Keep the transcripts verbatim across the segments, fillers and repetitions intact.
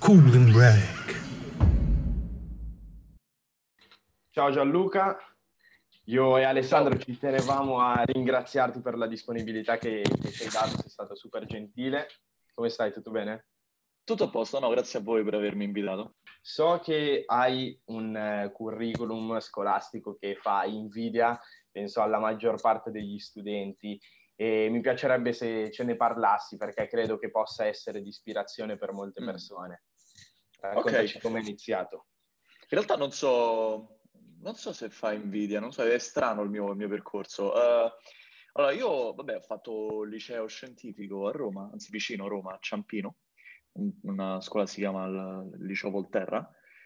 Cooling break. Ciao Gianluca, io e Alessandro ci tenevamo a ringraziarti per la disponibilità che ti sei dato, sei stato super gentile. Come stai? Tutto bene? Tutto a posto, no, grazie a voi per avermi invitato. So che hai un eh, curriculum scolastico che fa invidia, penso, alla maggior parte degli studenti e mi piacerebbe se ce ne parlassi perché credo che possa essere di ispirazione per molte Mm. persone. Raccontaci Ok. come è iniziato. In realtà non so, non so se fa invidia, non so, è strano il mio, il mio percorso. Eh, allora, io, vabbè, ho fatto il liceo scientifico a Roma, anzi vicino a Roma, a Ciampino, un- una scuola si chiama il, il Liceo Volterra,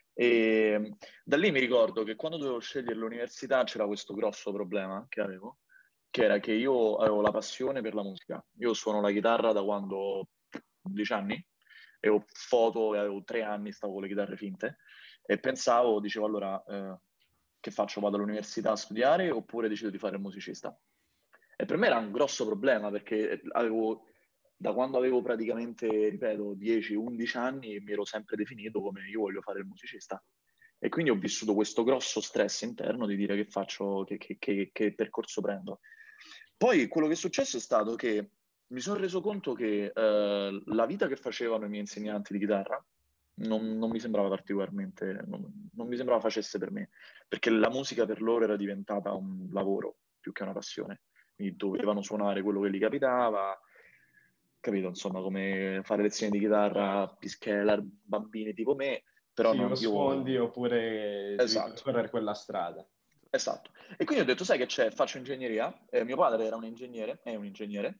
e da lì mi ricordo che quando dovevo scegliere l'università c'era questo grosso problema che avevo, che era che io avevo la passione per la musica. Io suono la chitarra da quando ho undici anni e ho foto, e avevo tre anni, stavo con le chitarre finte e pensavo, dicevo allora, eh, che faccio? Vado all'università a studiare oppure decido di fare il musicista? E per me era un grosso problema perché avevo, da quando avevo praticamente, ripeto, dieci undici anni, mi ero sempre definito come io voglio fare il musicista. E quindi ho vissuto questo grosso stress interno di dire che faccio, che, che- che- che percorso prendo. Poi quello che è successo è stato che mi sono reso conto che eh, la vita che facevano i miei insegnanti di chitarra non, non mi sembrava particolarmente, non, non mi sembrava facesse per me, perché la musica per loro era diventata un lavoro più che una passione. Quindi dovevano suonare quello che gli capitava, capito? Insomma, come fare lezioni di chitarra a pischella, bambini tipo me, però Sì, o non, sfondi io... oppure devi Esatto. percorrere quella strada. Esatto. E quindi ho detto, sai che c'è? Faccio ingegneria. Eh, mio padre era un ingegnere, è un ingegnere,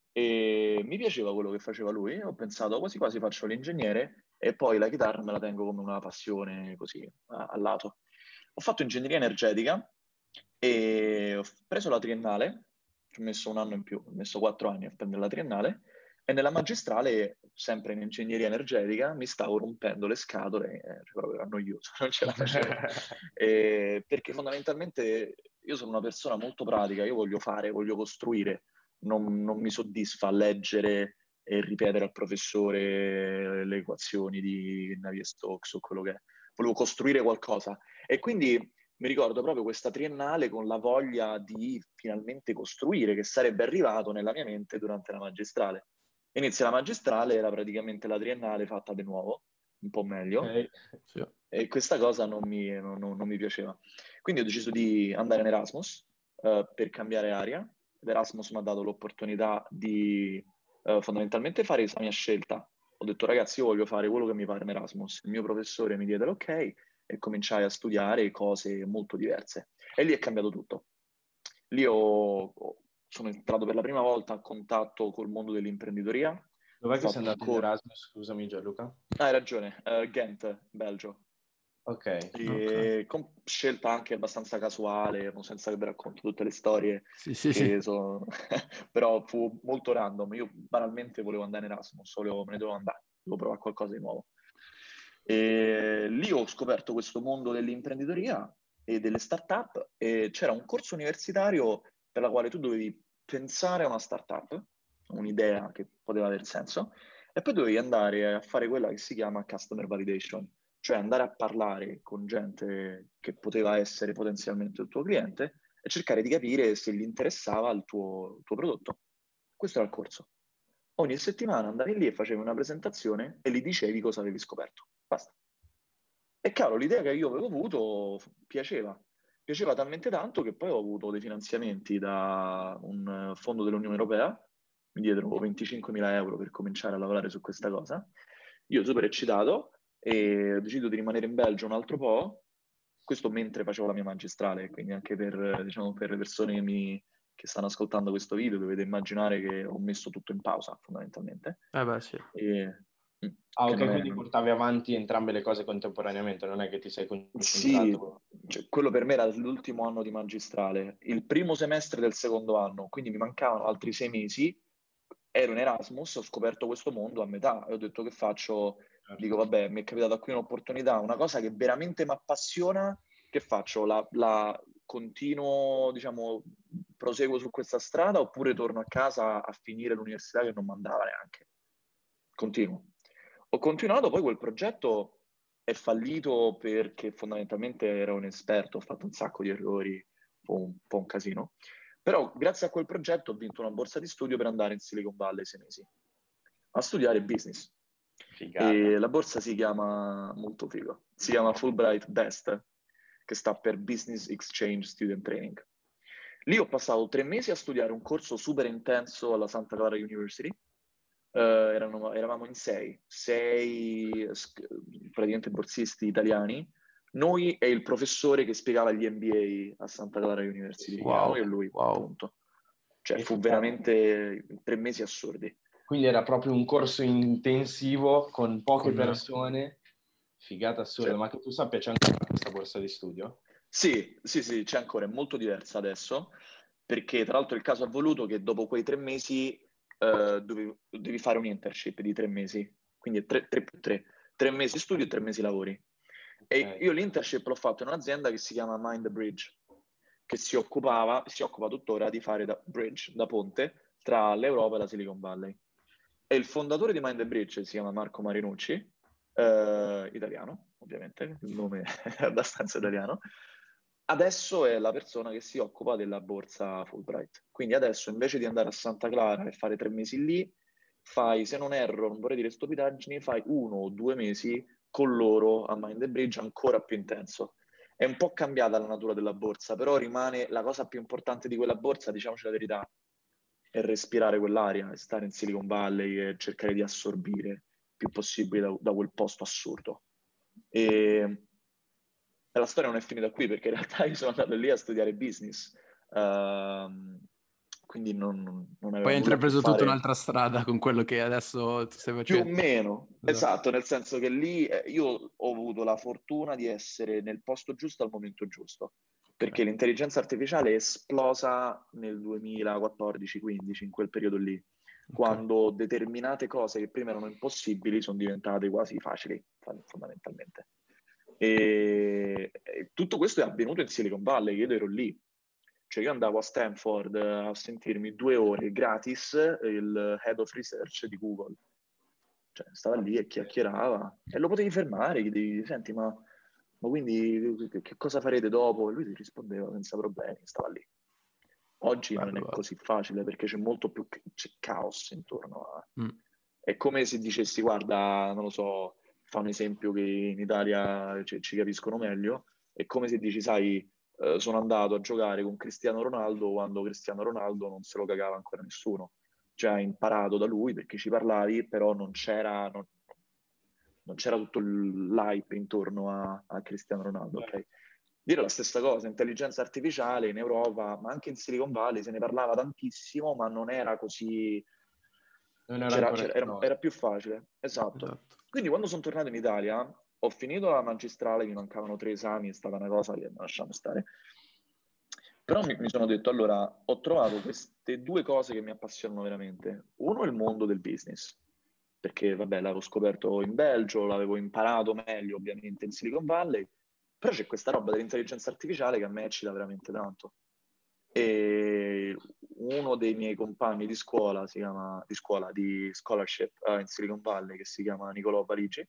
e mi piaceva quello che faceva lui. E ho pensato, quasi quasi faccio l'ingegnere e poi la chitarra me la tengo come una passione così, a- al lato. Ho fatto ingegneria energetica e ho preso la triennale, ci ho messo un anno in più, ho messo quattro anni a prendere la triennale, e nella magistrale, sempre in ingegneria energetica, mi stavo rompendo le scatole, eh, cioè proprio era noioso, non ce la facevo. Eh, perché fondamentalmente io sono una persona molto pratica, io voglio fare, voglio costruire, non, non mi soddisfa leggere e ripetere al professore le equazioni di Navier-Stokes o quello che è. Volevo costruire qualcosa. E quindi mi ricordo proprio questa triennale con la voglia di finalmente costruire, che sarebbe arrivato nella mia mente durante la magistrale. Inizia la magistrale, era praticamente la triennale fatta di nuovo, un po' meglio, Ok. Sì. e questa cosa non mi, non- non- non mi piaceva. Quindi ho deciso di andare in Erasmus eh, per cambiare aria. L'Erasmus mi ha dato l'opportunità di eh, fondamentalmente fare la mia scelta. Ho detto, ragazzi, io voglio fare quello che mi pare in Erasmus. Il mio professore mi diede l'ok e cominciai a studiare cose molto diverse. E lì è cambiato tutto. Lì ho- ho- sono entrato per la prima volta a contatto col mondo dell'imprenditoria. Ho Dov'è che sei fatto un andato in corso. Erasmus? Scusami Gianluca. Ah, hai ragione, eh, Ghent, Belgio. Ok. Ok. E con scelta anche abbastanza casuale, non senza che vi racconto tutte le storie Sì, sì, sì. che sono... però fu molto random. Io banalmente volevo andare in Erasmus, volevo, me ne dovevo andare, dovevo provare qualcosa di nuovo. E lì ho scoperto questo mondo dell'imprenditoria e delle start-up e c'era un corso universitario per la quale tu dovevi pensare a una start-up, un'idea che poteva aver senso, e poi dovevi andare a fare quella che si chiama customer validation, cioè andare a parlare con gente che poteva essere potenzialmente il tuo cliente e cercare di capire se gli interessava il tuo, il tuo prodotto. Questo era il corso. Ogni settimana andavi lì e facevi una presentazione e gli dicevi cosa avevi scoperto. Basta. E cavolo, l'idea che io avevo avuto piaceva. Piaceva talmente tanto che poi ho avuto dei finanziamenti da un eh, fondo dell'Unione Europea, mi diedero venticinquemila euro per cominciare a lavorare su questa cosa. Io super eccitato e ho deciso di rimanere in Belgio un altro po', questo mentre facevo la mia magistrale, quindi anche per, eh, diciamo, per le persone che, mi, che stanno ascoltando questo video dovete immaginare che ho messo tutto in pausa fondamentalmente. Eh beh, sì. E, mm, Ah, che ok, non è, quindi portavi avanti entrambe le cose contemporaneamente, non è che ti sei Sì, concentrato. cioè, quello per me era l'ultimo anno di magistrale, il primo semestre del secondo anno, quindi mi mancavano altri sei mesi, ero in Erasmus, ho scoperto questo mondo a metà e ho detto che faccio, dico Certo. vabbè, mi è capitata qui un'opportunità, una cosa che veramente mi appassiona, che faccio? La, la continuo, diciamo, proseguo su questa strada oppure torno a casa a finire l'università che non mandava neanche? Continuo. Ho continuato, poi quel progetto è fallito perché fondamentalmente ero un esperto, ho fatto un sacco di errori, un po' un, po' un casino. Però grazie a quel progetto ho vinto una borsa di studio per andare in Silicon Valley sei mesi a studiare business. Figata. E la borsa si chiama, molto figo, si chiama Fulbright BEST, che sta per Business Exchange Student Training. Lì ho passato tre mesi a studiare un corso super intenso alla Santa Clara University. Uh, erano, eravamo in sei, sei praticamente borsisti italiani, noi e il professore che spiegava gli M B A a Santa Clara University. Wow, Noi e lui, wow. appunto. Cioè, Che fu figata. veramente tre mesi assurdi. Quindi era proprio un corso intensivo con poche Con- persone, figata assurda, Sì. ma che tu sappia c'è ancora questa borsa di studio? Sì, sì, sì, c'è ancora, è molto diversa adesso, perché tra l'altro il caso ha voluto che dopo quei tre mesi eh, dovevi, devi fare un internship di tre mesi, quindi è tre, tre più tre, tre mesi studi e tre mesi lavori. E Ok. io l'internship l'ho fatto in un'azienda che si chiama Mind the Bridge, che si occupava, si occupa tuttora di fare da bridge, da ponte, tra l'Europa e la Silicon Valley. E il fondatore di Mind the Bridge si chiama Marco Marinucci, eh, italiano, ovviamente, il nome è abbastanza italiano. Adesso è la persona che si occupa della borsa Fulbright. Quindi adesso invece di andare a Santa Clara e fare tre mesi lì, fai, se non erro, non vorrei dire stupidaggini, fai uno o due mesi con loro a Mind the Bridge ancora più intenso. È un po' cambiata la natura della borsa, però rimane la cosa più importante di quella borsa, diciamoci la verità, è respirare quell'aria, e stare in Silicon Valley e cercare di assorbire il più possibile da, da quel posto assurdo. E la storia non è finita qui, perché in realtà io sono andato lì a studiare business, uh, quindi non, non avevo Poi hai nulla a che intrapreso tutta fare. un'altra strada con quello che adesso tu stai Più o facendo. meno, Esatto. esatto, nel senso che lì eh, io ho avuto la fortuna di essere nel posto giusto al momento giusto, perché l'intelligenza artificiale è esplosa nel duemilaquattordici quindici, in quel periodo lì, quando determinate cose che prima erano impossibili sono diventate quasi facili, fondamentalmente. E, e tutto questo è avvenuto in Silicon Valley, io ero lì. Cioè io andavo a Stanford a sentirmi due ore gratis il head of research di Google. Cioè stava lì e chiacchierava e lo potevi fermare, gli dicevi, senti, ma, ma quindi che cosa farete dopo? E lui ti rispondeva senza problemi, stava lì. Oggi Bello, non è bello. così facile perché c'è molto più c'è caos intorno a... Mm. È come se dicessi, guarda, non lo so, fa un esempio che in Italia ci, ci capiscono meglio, è come se dici, sai, eh, sono andato a giocare con Cristiano Ronaldo quando Cristiano Ronaldo non se lo cagava ancora nessuno. Cioè hai imparato da lui perché ci parlavi, però non c'era, non, non c'era tutto l'hype intorno a, a Cristiano Ronaldo, ok? Dire la stessa cosa, intelligenza artificiale in Europa, ma anche in Silicon Valley se ne parlava tantissimo, ma non era così... Non era C'era, ancora c'era, era, esploso. era più facile, esatto. Esatto. Quindi quando sono tornato in Italia, ho finito la magistrale, mi mancavano tre esami, è stata una cosa che lasciamo stare. Però mi, mi sono detto, allora, ho trovato queste due cose che mi appassionano veramente. Uno è il mondo del business, perché vabbè, l'avevo scoperto in Belgio, l'avevo imparato meglio ovviamente in Silicon Valley, però c'è questa roba dell'intelligenza artificiale che a me eccita veramente tanto. E uno dei miei compagni di scuola, si chiama, di scuola, di scholarship uh, in Silicon Valley, che si chiama Nicolò Parigi,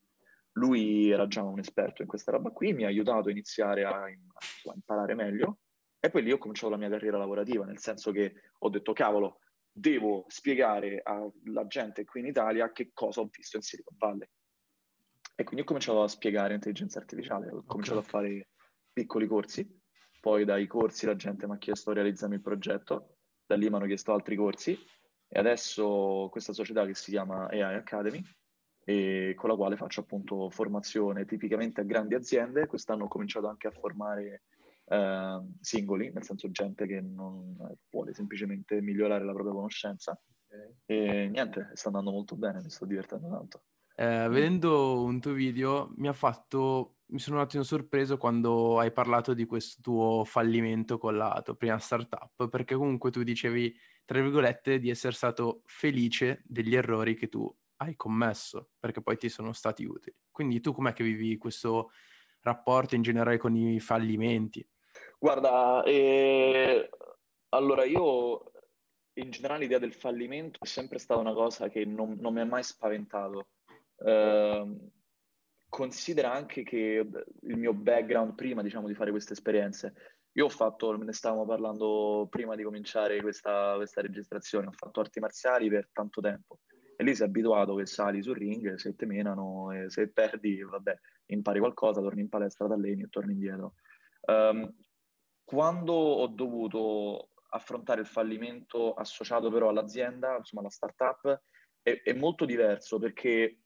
lui era già un esperto in questa roba qui, mi ha aiutato a iniziare a, a imparare meglio, e poi lì ho cominciato la mia carriera lavorativa, nel senso che ho detto, cavolo, devo spiegare alla gente qui in Italia che cosa ho visto in Silicon Valley. E quindi ho cominciato a spiegare intelligenza artificiale, ho cominciato Okay. a fare piccoli corsi, poi dai corsi la gente mi ha chiesto realizziamo il progetto, da lì mi hanno chiesto altri corsi, e adesso questa società che si chiama A I Academy, e con la quale faccio appunto formazione tipicamente a grandi aziende. Quest'anno ho cominciato anche a formare eh, singoli, nel senso gente che non vuole semplicemente migliorare la propria conoscenza. E niente, sta andando molto bene, mi sto divertendo tanto. Eh, vedendo un tuo video mi ha fatto, mi sono un attimo sorpreso quando hai parlato di questo tuo fallimento con la tua prima startup, perché comunque tu dicevi, tra virgolette, di essere stato felice degli errori che tu hai commesso, perché poi ti sono stati utili. Quindi tu com'è che vivi questo rapporto in generale con i fallimenti? Guarda, eh, allora io in generale l'idea del fallimento è sempre stata una cosa che non, non mi ha mai spaventato. Uh, considera anche che il mio background prima, diciamo, di fare queste esperienze, io ho fatto, ne stavamo parlando prima di cominciare questa, questa registrazione, ho fatto arti marziali per tanto tempo e lì sei abituato che sali sul ring, se te menano e se perdi, vabbè, impari qualcosa, torni in palestra, t'alleni e torni indietro. Um, quando ho dovuto affrontare il fallimento associato però all'azienda, insomma alla startup, è, è molto diverso, perché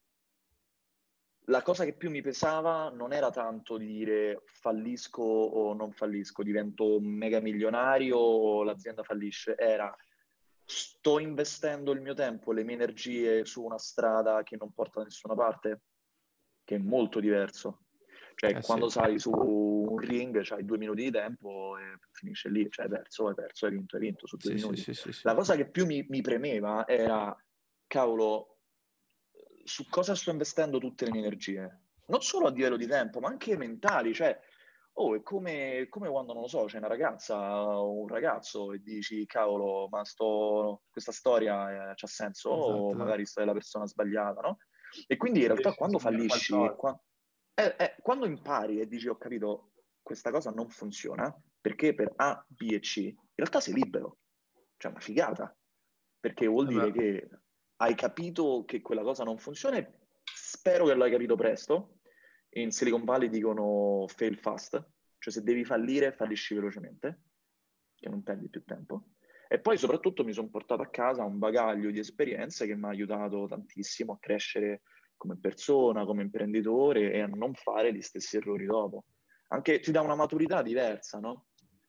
la cosa che più mi pesava non era tanto di dire fallisco o non fallisco, divento mega milionario o l'azienda fallisce, era sto investendo il mio tempo, le mie energie su una strada che non porta da nessuna parte, che è molto diverso. Cioè, Eh, quando sì. sali su un ring, c'hai due minuti di tempo e finisce lì, cioè hai perso, hai perso, hai vinto, hai vinto su due Sì, minuti. sì, sì, sì, La sì. cosa che più mi, mi premeva era, cavolo, su cosa sto investendo tutte le mie energie? Non solo a livello di tempo, ma anche mentali, cioè, oh, è come, come quando, non lo so, c'è una ragazza o un ragazzo e dici, cavolo, ma sto, questa storia eh, c'ha senso, o Esatto, magari esatto. stai la persona sbagliata, no? E quindi in realtà Riesci a quando insegnare fallisci, qualcosa. qua- eh, eh, quando impari e dici, ho capito, questa cosa non funziona, perché per A, B e C, in realtà sei libero. Cioè, una figata. Perché vuol Eh dire beh, che hai capito che quella cosa non funziona e spero che l'hai capito presto. In Silicon Valley dicono fail fast, cioè se devi fallire, fallisci velocemente, che non perdi più tempo. E poi soprattutto mi sono portato a casa un bagaglio di esperienze che mi ha aiutato tantissimo a crescere come persona, come imprenditore e a non fare gli stessi errori dopo. Anche ti dà una maturità diversa, no?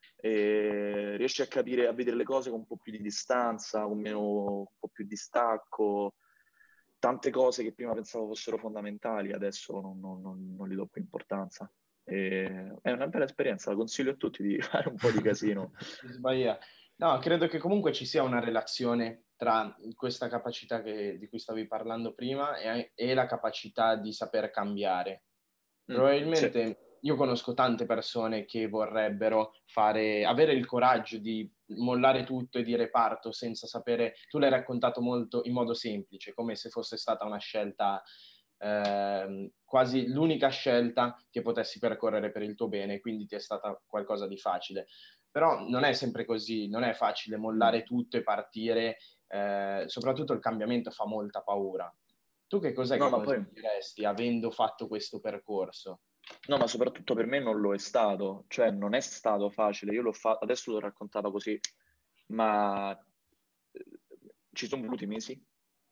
E riesci a capire, a vedere le cose con un po' più di distanza, con meno, un po' più di stacco. Tante cose che prima pensavo fossero fondamentali, adesso non, non, non, non gli do più importanza. E è una bella esperienza, la consiglio a tutti di fare un po' di casino. Si sbaglia. No, credo che comunque ci sia una relazione tra questa capacità che- di cui stavi parlando prima e, e la capacità di saper cambiare. Mm, sì. Probabilmente io conosco tante persone che vorrebbero fare, avere il coraggio di mollare tutto e dire parto senza sapere. Tu l'hai raccontato molto in modo semplice, come se fosse stata una scelta, ehm, quasi l'unica scelta che potessi percorrere per il tuo bene, quindi ti è stata qualcosa di facile. Però non è sempre così, non è facile mollare Mm. tutto e partire, eh, soprattutto il cambiamento fa molta paura. Tu che cos'è No, che ma poi... consiglieresti avendo fatto questo percorso? No, ma soprattutto per me non lo è stato, cioè non è stato facile, io l'ho fatto, adesso l'ho raccontata così, ma eh, ci sono voluti mesi,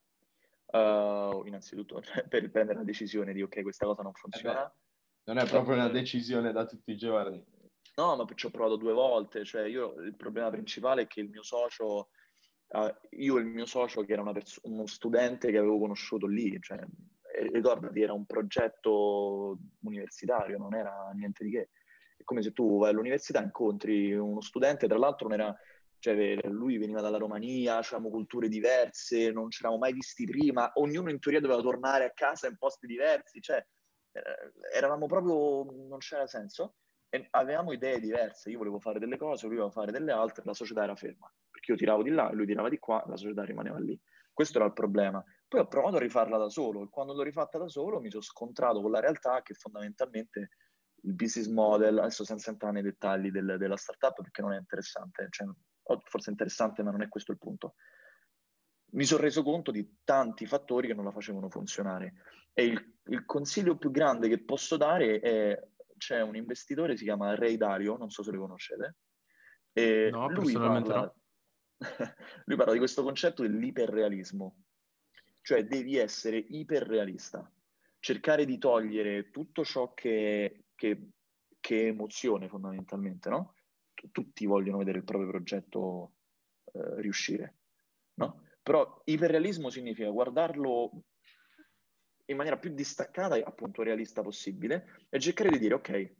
uh, innanzitutto, per prendere la decisione di ok, questa cosa non Eh beh, funziona. non è Uh, proprio una decisione da tutti i giorni. no, ma ci ho provato due volte, cioè io il problema principale è che il mio socio, uh, io e il mio socio che era una perso- uno studente che avevo conosciuto lì, cioè, e ricordati, era un progetto universitario, non era niente di che. È come se tu vai all'università, incontri uno studente, tra l'altro non era, cioè, lui veniva dalla Romania, avevamo culture diverse, non ci eravamo mai visti prima, ognuno in teoria doveva tornare a casa in posti diversi, cioè eh, eravamo proprio, non c'era senso. E avevamo idee diverse, io volevo fare delle cose, lui voleva fare delle altre, la società era ferma, perché io tiravo di là, lui tirava di qua, la società rimaneva lì. Questo era il problema. Poi ho provato a rifarla da solo e quando l'ho rifatta da solo mi sono scontrato con la realtà che fondamentalmente il business model, adesso senza entrare nei dettagli del, della startup perché non è interessante, cioè, forse è interessante ma non è questo il punto. Mi sono reso conto di tanti fattori che non la facevano funzionare e il, il consiglio più grande che posso dare è c'è un investitore, si chiama Ray Dalio, non so se lo conoscete, e no, lui personalmente parla, no. lui parla di questo concetto dell'iperrealismo, cioè devi essere iperrealista, cercare di togliere tutto ciò che, che, che è emozione fondamentalmente, no? Tutti vogliono vedere il proprio progetto eh, riuscire, no? Però iperrealismo significa guardarlo in maniera più distaccata e appunto realista possibile e cercare di dire ok,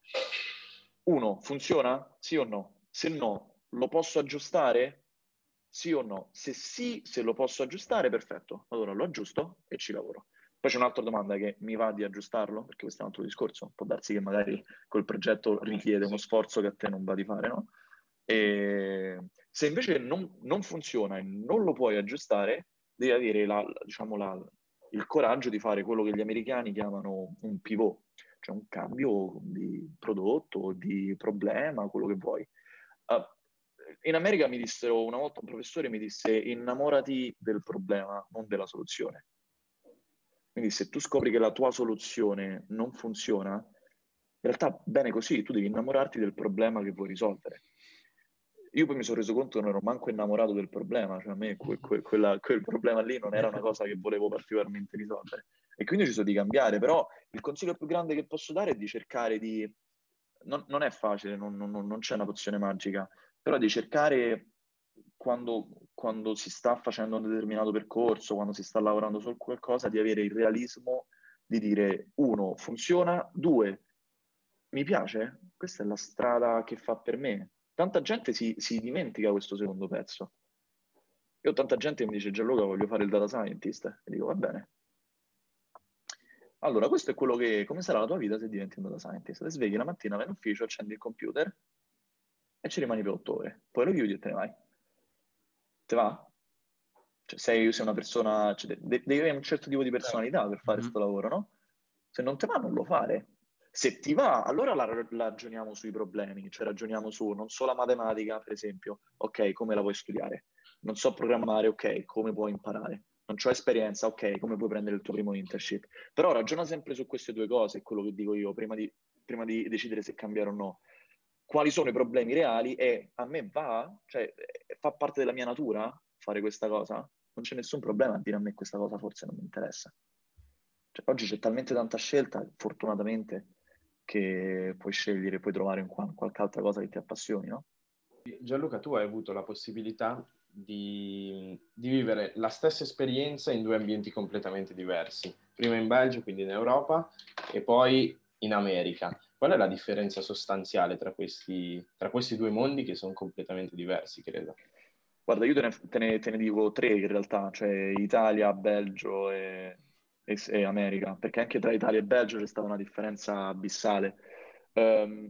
uno, funziona? Sì o no? Se no, lo posso aggiustare? Sì o no? Se sì, se lo posso aggiustare, perfetto. Allora lo aggiusto e ci lavoro. Poi c'è un'altra domanda che mi va di aggiustarlo, perché questo è un altro discorso. Può darsi che magari quel progetto richiede uno sforzo che a te non va di fare, no? E se invece non, non funziona e non lo puoi aggiustare, devi avere la, diciamo, la, il coraggio di fare quello che gli americani chiamano un pivot, cioè un cambio di prodotto, di problema, quello che vuoi. Uh, in America mi dissero, una volta un professore mi disse: innamorati del problema, non della soluzione. Quindi se tu scopri che la tua soluzione non funziona, in realtà bene così, tu devi innamorarti del problema che vuoi risolvere. Io poi mi sono reso conto che non ero manco innamorato del problema, cioè a me que- que- quella, quel problema lì non era una cosa che volevo particolarmente risolvere. E quindi ho deciso di cambiare, però il consiglio più grande che posso dare è di cercare di... Non, non è facile, non, non, non c'è una pozione magica, però di cercare, quando, quando si sta facendo un determinato percorso, quando si sta lavorando su qualcosa, di avere il realismo di dire: uno, funziona; due, mi piace? Questa è la strada che fa per me. Tanta gente si, si dimentica questo secondo pezzo. Io ho tanta gente che mi dice: Gianluca, voglio fare il data scientist. E dico: va bene. Allora, questo è quello che... Come sarà la tua vita se diventi un data scientist? Ti svegli la mattina, vai in ufficio, accendi il computer e ci rimani per otto ore. Poi lo chiudi e te ne vai. Te va? Cioè, sei, sei una persona... Cioè, de- devi avere un certo tipo di personalità per fare questo Mm-hmm. lavoro, no? Se non te va, non lo fare. Se ti va, allora la, la ragioniamo sui problemi, cioè ragioniamo su non so la matematica, per esempio, ok, come la vuoi studiare? Non so programmare, ok, come puoi imparare? Non c'ho esperienza, ok, come puoi prendere il tuo primo internship? Però ragiona sempre su queste due cose, è quello che dico io, prima di, prima di decidere se cambiare o no. Quali sono i problemi reali e a me va? Cioè, fa parte della mia natura fare questa cosa? Non c'è nessun problema a dire: a me questa cosa forse non mi interessa. Cioè, oggi c'è talmente tanta scelta, fortunatamente, che puoi scegliere, puoi trovare in qual- qualche altra cosa che ti appassioni, no? Gianluca, tu hai avuto la possibilità di, di vivere la stessa esperienza in due ambienti completamente diversi. Prima in Belgio, quindi in Europa, e poi in America. Qual è la differenza sostanziale tra questi, tra questi due mondi che sono completamente diversi, credo? Guarda, io te ne, te ne- te ne dico tre in realtà, cioè Italia, Belgio e, e- e America, perché anche tra Italia e Belgio c'è stata una differenza abissale. Ehm,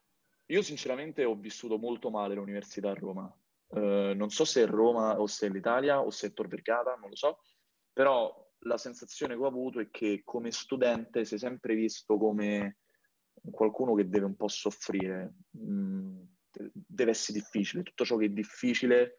io sinceramente ho vissuto molto male l'università a Roma. Eh, non so se è Roma o se è l'Italia o se è Tor Vergata, non lo so, però la sensazione che ho avuto è che come studente sei sempre visto come qualcuno che deve un po' soffrire. Mm, deve essere difficile, tutto ciò che è difficile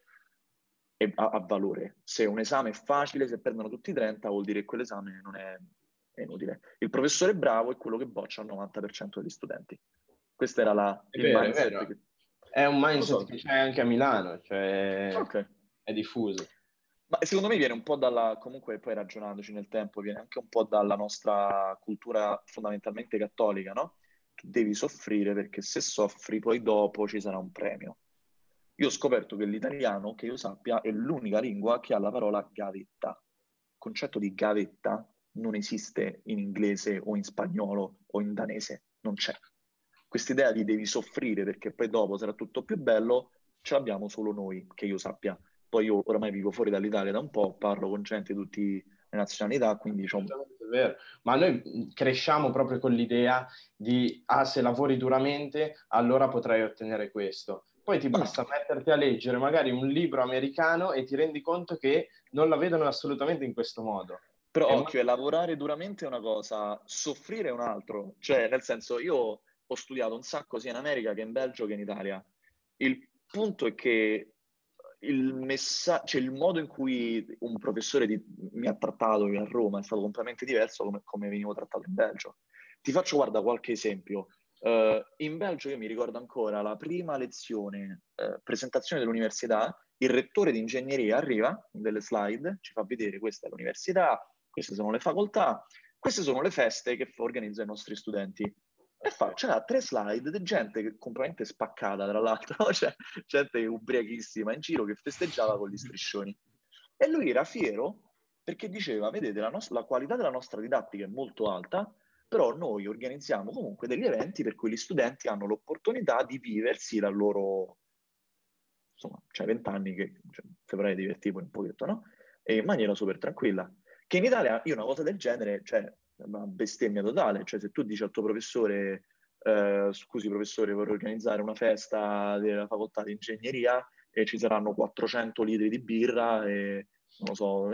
è- ha, ha valore. Se un esame è facile, se prendono tutti i trenta, vuol dire che quell'esame non è, è inutile. Il professore bravo è quello che boccia il novanta per cento degli studenti. Questo era la, È il vero, è mindset vero. che... È un Lo mindset so. che c'è anche a Milano, cioè Ok. è diffuso. Ma secondo me viene un po' dalla, comunque poi ragionandoci nel tempo, viene anche un po' dalla nostra cultura fondamentalmente cattolica, no? Tu devi soffrire perché se soffri poi dopo ci sarà un premio. Io ho scoperto che l'italiano, che io sappia, è l'unica lingua che ha la parola gavetta. Il concetto di gavetta non esiste in inglese o in spagnolo o in danese, non c'è. Quest'idea di devi soffrire perché poi dopo sarà tutto più bello, ce l'abbiamo solo noi, che io sappia. Poi io oramai vivo fuori dall'Italia da un po', parlo con gente di tutte le nazionalità, quindi c'ho un... Assolutamente vero. Ma noi cresciamo proprio con l'idea di: ah, se lavori duramente, allora potrai ottenere questo. Poi ti basta Mm. metterti a leggere magari un libro americano e ti rendi conto che non la vedono assolutamente in questo modo. Però È occhio, molto... è lavorare duramente è una cosa, soffrire è un altro. Cioè, nel senso, io ho studiato un sacco sia in America che in Belgio che in Italia. Il punto è che il, messa- cioè, il modo in cui un professore di- mi ha trattato a Roma è stato completamente diverso come, come venivo trattato in Belgio. Ti faccio, guarda, qualche esempio. Eh, in Belgio io mi ricordo ancora la prima lezione, eh, presentazione dell'università, il rettore di ingegneria arriva con delle slide, ci fa vedere: questa è l'università, queste sono le facoltà, queste sono le feste che organizza i nostri studenti. E fa, c'era tre slide di gente che completamente spaccata, tra l'altro, cioè gente ubriachissima in giro che festeggiava con gli striscioni. E lui era fiero perché diceva: vedete, la, nos- la qualità della nostra didattica è molto alta, però noi organizziamo comunque degli eventi per cui gli studenti hanno l'opportunità di viversi la loro... Insomma, c'hai vent'anni che cioè, ti vorrei divertire un pochetto, no? E in maniera super tranquilla. Che in Italia io una cosa del genere, cioè, è una bestemmia totale. Cioè, se tu dici al tuo professore, eh, scusi professore, vorrei organizzare una festa della facoltà di ingegneria e ci saranno quattrocento litri di birra e non lo so, eh,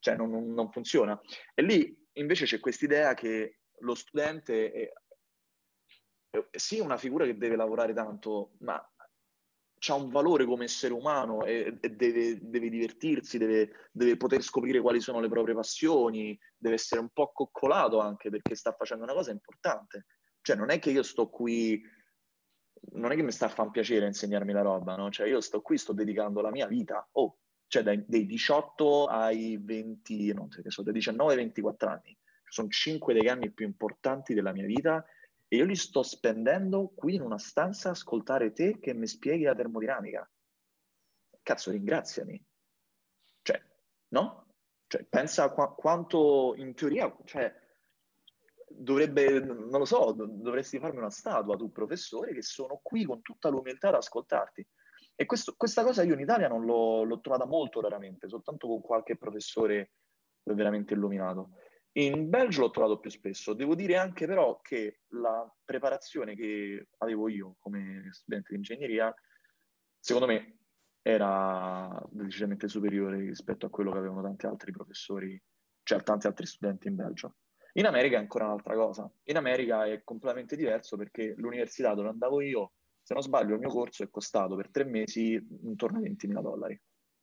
cioè non, non, non funziona. E lì invece c'è quest'idea che lo studente è, è, sì, è una figura che deve lavorare tanto, ma c'ha un valore come essere umano e, e deve, deve divertirsi, deve, deve poter scoprire quali sono le proprie passioni, deve essere un po' coccolato anche perché sta facendo una cosa importante. Cioè non è che io sto qui, non è che mi sta a far piacere insegnarmi la roba, no? Cioè io sto qui, sto dedicando la mia vita, oh, cioè dai, dai diciotto ai venti, non so che so, dai diciannove ai ventiquattro anni. Sono cinque degli anni più importanti della mia vita e io li sto spendendo qui in una stanza a ascoltare te che mi spieghi la termodinamica. Cazzo, ringraziami. Cioè, no? Cioè, pensa a qu- quanto in teoria, cioè, dovrebbe, non lo so, dovresti farmi una statua tu, professore, che sono qui con tutta l'umiltà ad ascoltarti. E questo, questa cosa io in Italia non l'ho, l'ho trovata molto raramente, soltanto con qualche professore veramente illuminato. In Belgio l'ho trovato più spesso. Devo dire anche però che la preparazione che avevo io come studente di ingegneria, secondo me, era decisamente superiore rispetto a quello che avevano tanti altri professori, cioè tanti altri studenti in Belgio. In America è ancora un'altra cosa. In America è completamente diverso perché l'università dove andavo io, se non sbaglio, il mio corso è costato per tre mesi intorno ai ventimila dollari.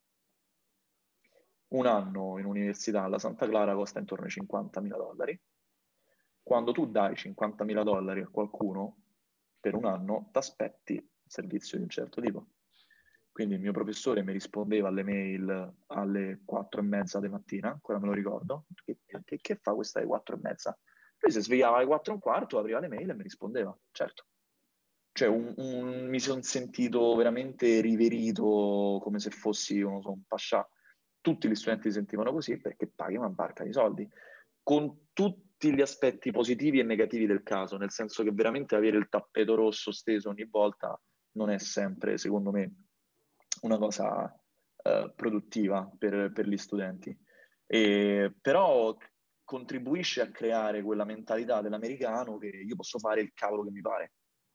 Un anno in università alla Santa Clara costa intorno ai cinquantamila dollari. Quando tu dai cinquantamila dollari a qualcuno per un anno, ti aspetti un servizio di un certo tipo. Quindi il mio professore mi rispondeva alle mail alle quattro e mezza di mattina, ancora me lo ricordo. Che, che, che fa questa alle quattro e mezza? Lui si svegliava alle quattro e un quarto, apriva le mail e mi rispondeva, certo. Cioè un, un, mi sono sentito veramente riverito come se fossi non so, un pascià. Tutti gli studenti si sentivano così perché paghi una barca di soldi, con tutti gli aspetti positivi e negativi del caso, nel senso che veramente avere il tappeto rosso steso ogni volta non è sempre, secondo me, una cosa eh, produttiva per, per gli studenti. E, però contribuisce a creare quella mentalità dell'americano che io posso fare il cavolo che mi pare.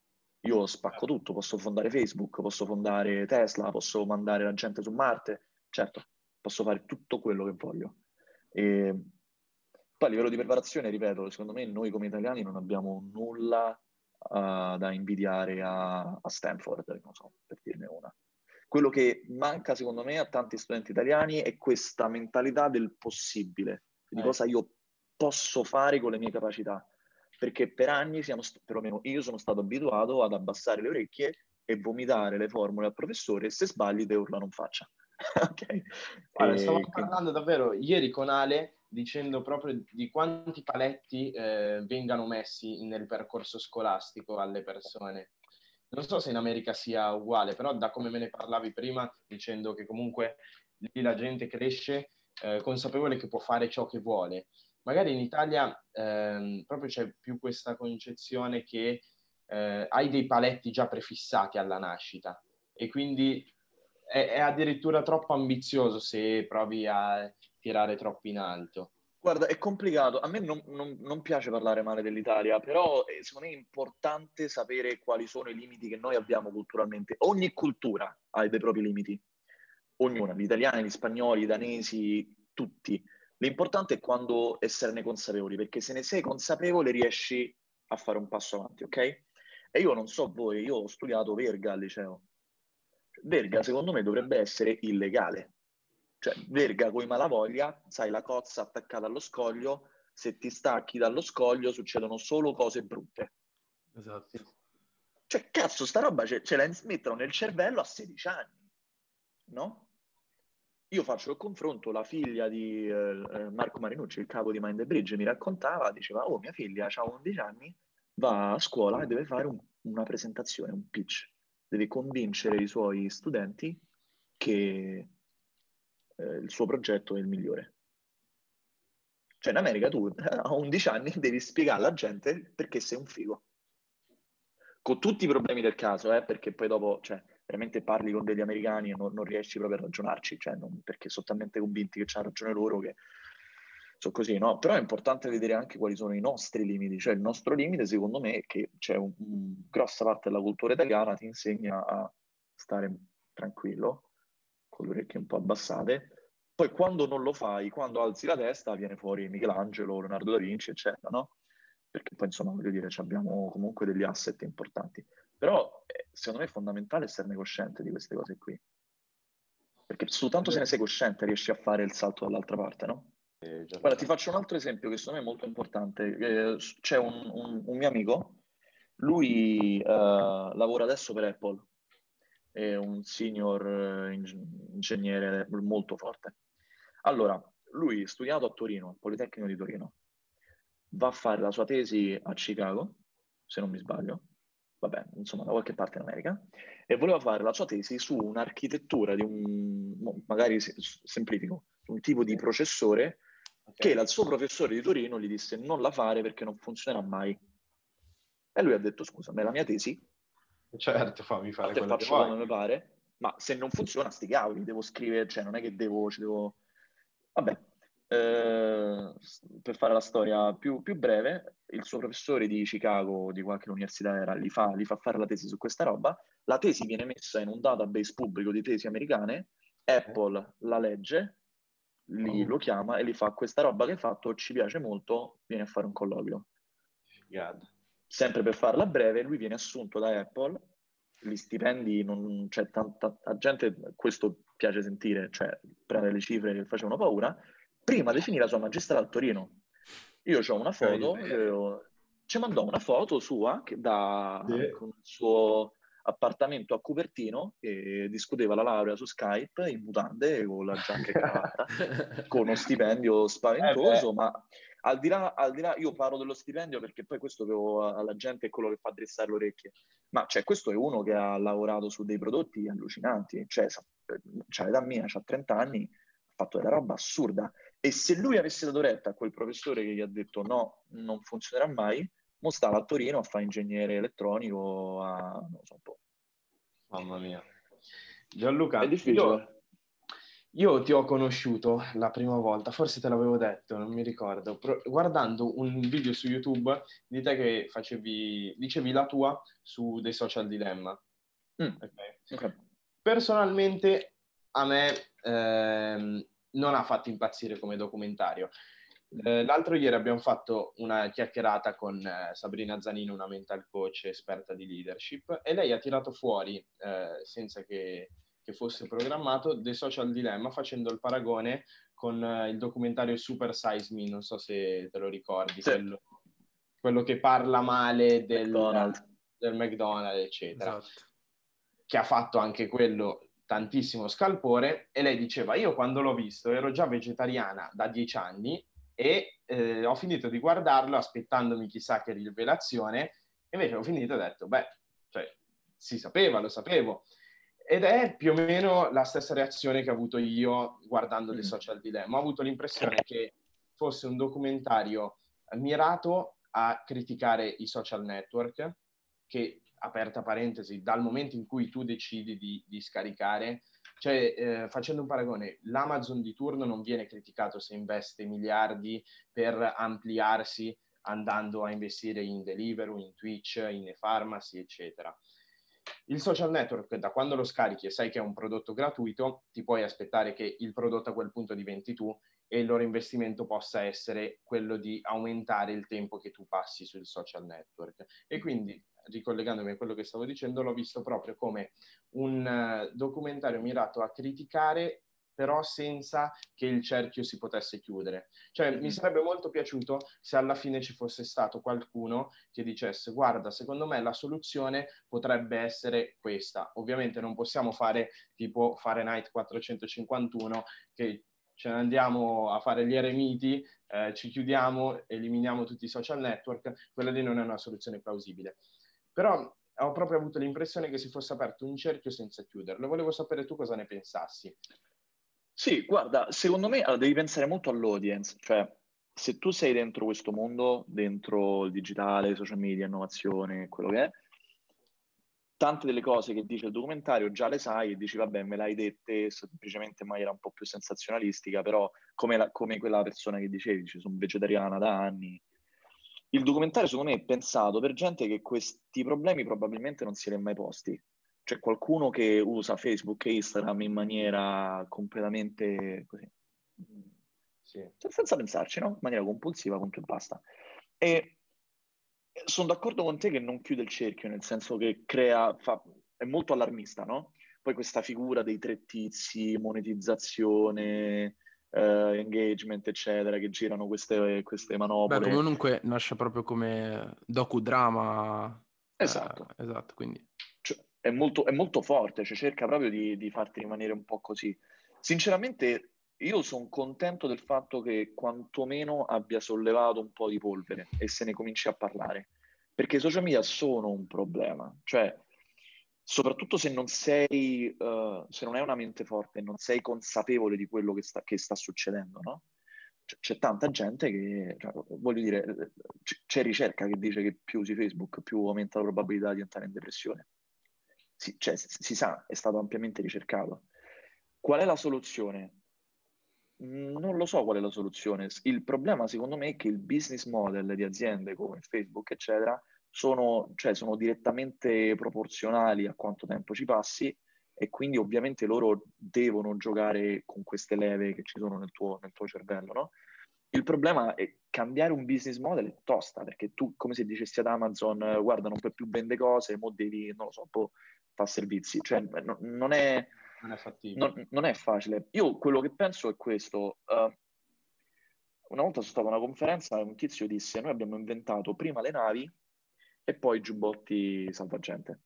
Io spacco tutto, posso fondare Facebook, posso fondare Tesla, posso mandare la gente su Marte, certo, posso fare tutto quello che voglio. E poi a livello di preparazione, ripeto, secondo me noi come italiani non abbiamo nulla uh, da invidiare a, a Stanford, non so, per dirne una. Quello che manca secondo me a tanti studenti italiani è questa mentalità del possibile, di eh. cosa io posso fare con le mie capacità. Perché per anni siamo, perlomeno io sono stato abituato ad abbassare le orecchie e vomitare le formule al professore e se sbagli te urla non faccia. Ok? Guarda, E stavamo quindi... parlando davvero ieri con Ale dicendo proprio di quanti paletti eh, vengano messi nel percorso scolastico alle persone. Non so se in America sia uguale, però da come me ne parlavi prima, dicendo che comunque lì la gente cresce eh, consapevole che può fare ciò che vuole. Magari in Italia ehm, proprio c'è più questa concezione che eh, hai dei paletti già prefissati alla nascita e quindi è, è addirittura troppo ambizioso se provi a tirare troppo in alto. Guarda, è complicato. A me non, non, non piace parlare male dell'Italia, però eh, secondo me è importante sapere quali sono i limiti che noi abbiamo culturalmente. Ogni cultura ha dei propri limiti. Ognuna, gli italiani, gli spagnoli, i danesi, tutti. L'importante è quando esserne consapevoli, perché se ne sei consapevole riesci a fare un passo avanti, ok? E io non so voi, io ho studiato Verga al liceo. Verga, secondo me, dovrebbe essere illegale. Cioè, verga coi malavoglia, sai, la cozza attaccata allo scoglio, se ti stacchi dallo scoglio succedono solo cose brutte. Esatto. Cioè, cazzo, sta roba ce, ce la mettono nel cervello a sedici anni, no? Io faccio il confronto, la figlia di eh, Marco Marinucci, il capo di Mind the Bridge, mi raccontava, diceva, oh, mia figlia ha undici anni, va a scuola e deve fare un, una presentazione, un pitch. Deve convincere i suoi studenti che eh, il suo progetto è il migliore. Cioè in America tu a undici anni devi spiegare alla gente perché sei un figo. Con tutti i problemi del caso, eh, perché poi dopo, cioè, veramente parli con degli americani e non, non riesci proprio a ragionarci, cioè, non, perché sono talmente convinti che c'ha ragione loro che sono così, no? Però è importante vedere anche quali sono i nostri limiti. Cioè il nostro limite, secondo me, è che c'è un, un, grossa parte della cultura italiana ti insegna a stare tranquillo, con le orecchie un po' abbassate, Poi quando non lo fai, quando alzi la testa, viene fuori Michelangelo, Leonardo da Vinci, eccetera, no? Perché poi, insomma, voglio dire, abbiamo comunque degli asset importanti. Però, eh, secondo me è fondamentale esserne cosciente di queste cose qui. Perché soltanto se ne sei cosciente riesci a fare il salto dall'altra parte, no? Guarda, ti faccio un altro esempio che secondo me è molto importante. Eh, c'è un, un- un mio amico, lui eh, lavora adesso per Apple, è un senior eh, ing- ingegnere molto forte. Allora, lui è studiato a Torino, al Politecnico di Torino, va a fare la sua tesi a Chicago, se non mi sbaglio, vabbè, insomma, da qualche parte in America, e voleva fare la sua tesi su un'architettura di un, mo, magari se- semplifico, un tipo di processore che il suo professore di Torino gli disse non la fare perché non funzionerà mai. E lui ha detto, scusa, ma è la mia tesi, Certo, fammi a fare te quello che faccio come vuoi. mi pare, ma se non funziona, sti cavoli, devo scrivere, cioè non è che devo, ci devo... Vabbè, eh, per fare la storia più, più breve, il suo professore di Chicago, di qualche università era, gli fa, gli fa fare la tesi su questa roba, la tesi viene messa in un database pubblico di tesi americane, Apple la legge, li, Oh. lo chiama e gli fa questa roba che hai fatto, ci piace molto, vieni a fare un colloquio. Figata. Sempre per farla breve, lui viene assunto da Apple, gli stipendi, non c'è tanta, tanta gente, questo piace sentire, cioè prendere le cifre che facevano paura, prima di finire la sua magistrale a Torino. Io ho una foto, eh, ci mandò una foto sua che da, Sì. con il suo appartamento a Cupertino e discuteva la laurea su Skype in mutande con la giacca e cravatta, con uno stipendio spaventoso, Eh ma al di là, al di là, io parlo dello stipendio perché poi questo avevo alla gente è quello che fa dressare le orecchie, ma cioè, questo è uno che ha lavorato su dei prodotti allucinanti, cioè, cioè l'età mia, c'ha trenta anni, ha fatto della roba assurda, e se lui avesse dato retta a quel professore che gli ha detto no, non funzionerà mai, mo stava a Torino a fare ingegnere elettronico a... non so un po'. Mamma mia. È Gianluca, difficile. io, io ti ho conosciuto la prima volta, forse te l'avevo detto, non mi ricordo, pro- guardando un video su YouTube di te che facevi, dicevi la tua su dei social dilemma. Mm. Okay. Okay. Personalmente a me ehm, non ha fatto impazzire come documentario. Eh, l'altro ieri abbiamo fatto una chiacchierata con eh, Sabrina Zanino, una mental coach esperta di leadership, e lei ha tirato fuori, eh, senza che, che fosse programmato, The Social Dilemma, facendo il paragone con eh, il documentario Super Size Me, non so se te lo ricordi, Sì. quello, quello che parla male del McDonald's, del McDonald's, eccetera. Esatto. Che ha fatto anche quello tantissimo scalpore, e lei diceva io quando l'ho visto ero già vegetariana da dieci anni e eh, ho finito di guardarlo aspettandomi chissà che rivelazione, e invece ho finito e ho detto beh, cioè, si sapeva, lo sapevo, ed è più o meno la stessa reazione che ho avuto io guardando The Social Dilemma. Ho avuto l'impressione che fosse un documentario mirato a criticare i social network, che, aperta parentesi, dal momento in cui tu decidi di, di scaricare, cioè eh, facendo un paragone, l'Amazon di turno non viene criticato se investe miliardi per ampliarsi andando a investire in Deliveroo, in Twitch, in e-pharmacy, eccetera. Il social network, da quando lo scarichi e sai che è un prodotto gratuito, ti puoi aspettare che il prodotto a quel punto diventi tu e il loro investimento possa essere quello di aumentare il tempo che tu passi sul social network. E quindi, ricollegandomi a quello che stavo dicendo, l'ho visto proprio come un uh, documentario mirato a criticare, però senza che il cerchio si potesse chiudere. Cioè, mm-hmm. mi sarebbe molto piaciuto se alla fine ci fosse stato qualcuno che dicesse guarda, secondo me la soluzione potrebbe essere questa. Ovviamente non possiamo fare tipo Fahrenheit quattrocentocinquantuno, che ce ne andiamo a fare gli eremiti, eh, ci chiudiamo, eliminiamo tutti i social network, quella lì non è una soluzione plausibile. Però ho proprio avuto l'impressione che si fosse aperto un cerchio senza chiuderlo. Volevo sapere tu cosa ne pensassi. Sì, guarda, secondo me allora, devi pensare molto all'audience, cioè se tu sei dentro questo mondo, dentro il digitale, social media, innovazione, quello che è, tante delle cose che dice il documentario già le sai e dici vabbè me l'hai dette semplicemente in maniera un po' più sensazionalistica, però come, la, come quella persona che dicevi, dice, sono vegetariana da anni. Il documentario secondo me è pensato per gente che questi problemi probabilmente non si li è mai posti. Cioè qualcuno che usa Facebook e Instagram in maniera completamente così, Sì. Senza pensarci, no? In maniera compulsiva, punto e basta. E sono d'accordo con te che non chiude il cerchio, nel senso che crea, fa, è molto allarmista, no? Poi questa figura dei tre tizi, monetizzazione, eh, engagement, eccetera, che girano queste, queste Beh, manopole. comunque nasce proprio come docudrama. Esatto. Eh, esatto, quindi... Cioè, è molto, è molto forte, cioè cerca proprio di, di farti rimanere un po' così. Sinceramente, io sono contento del fatto che quantomeno abbia sollevato un po' di polvere e se ne cominci a parlare, perché i social media sono un problema, cioè soprattutto se non sei, uh, se non hai una mente forte e non sei consapevole di quello che sta, che sta succedendo, no? C- c'è tanta gente che, cioè, voglio dire, c- c'è ricerca che dice che più usi Facebook, più aumenta la probabilità di entrare in depressione. Si, cioè, si, si sa, è stato ampiamente ricercato. Qual è la soluzione? Non lo so qual è la soluzione. Il problema, secondo me, è che il business model di aziende come Facebook, eccetera, sono, cioè, sono direttamente proporzionali a quanto tempo ci passi e quindi ovviamente loro devono giocare con queste leve che ci sono nel tuo, nel tuo cervello, no? Il problema è cambiare un business model è tosta, perché tu, come se dicessi ad Amazon, guarda, non puoi più vendere cose, mo devi, non lo so, boh, fare servizi. Cioè, no, non è... Non è fattibile. Non, non è facile. Io quello che penso è questo. Uh, una volta sono stato a una conferenza e un tizio disse: noi abbiamo inventato prima le navi e poi i giubbotti salvagente.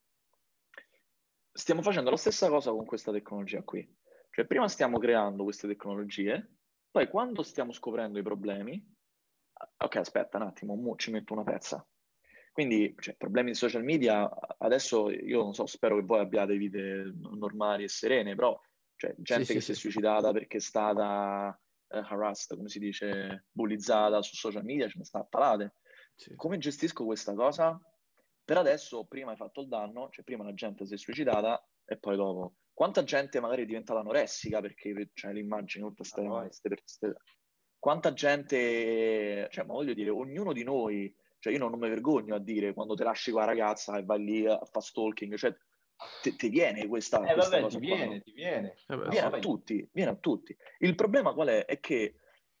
Stiamo facendo la stessa cosa con questa tecnologia qui. Cioè, prima stiamo creando queste tecnologie, poi quando stiamo scoprendo i problemi, ok, aspetta un attimo, mo ci metto una pezza. Quindi, cioè, problemi di social media, adesso io non so, spero che voi abbiate vite normali e serene, però cioè, gente Sì, che sì, si è sì. suicidata perché è stata eh, harassed, come si dice, bullizzata su social media, ce ne sta a palate. Sì. Come gestisco questa cosa? Per adesso, prima hai fatto il danno, cioè prima la gente si è suicidata e poi dopo. Quanta gente magari è diventata anoressica perché c'è cioè, l'immagine, tutte queste... Quanta gente... Cioè, ma voglio dire, ognuno di noi... Cioè, io non, non mi vergogno a dire quando te lasci con la ragazza e vai lì a fare stalking, cioè, ti viene questa, Eh questa vabbè, cosa ti qua, viene, no? ti viene. Eh beh, Ah, Viene sì. a poi- tutti, viene a tutti. Il problema qual è? È che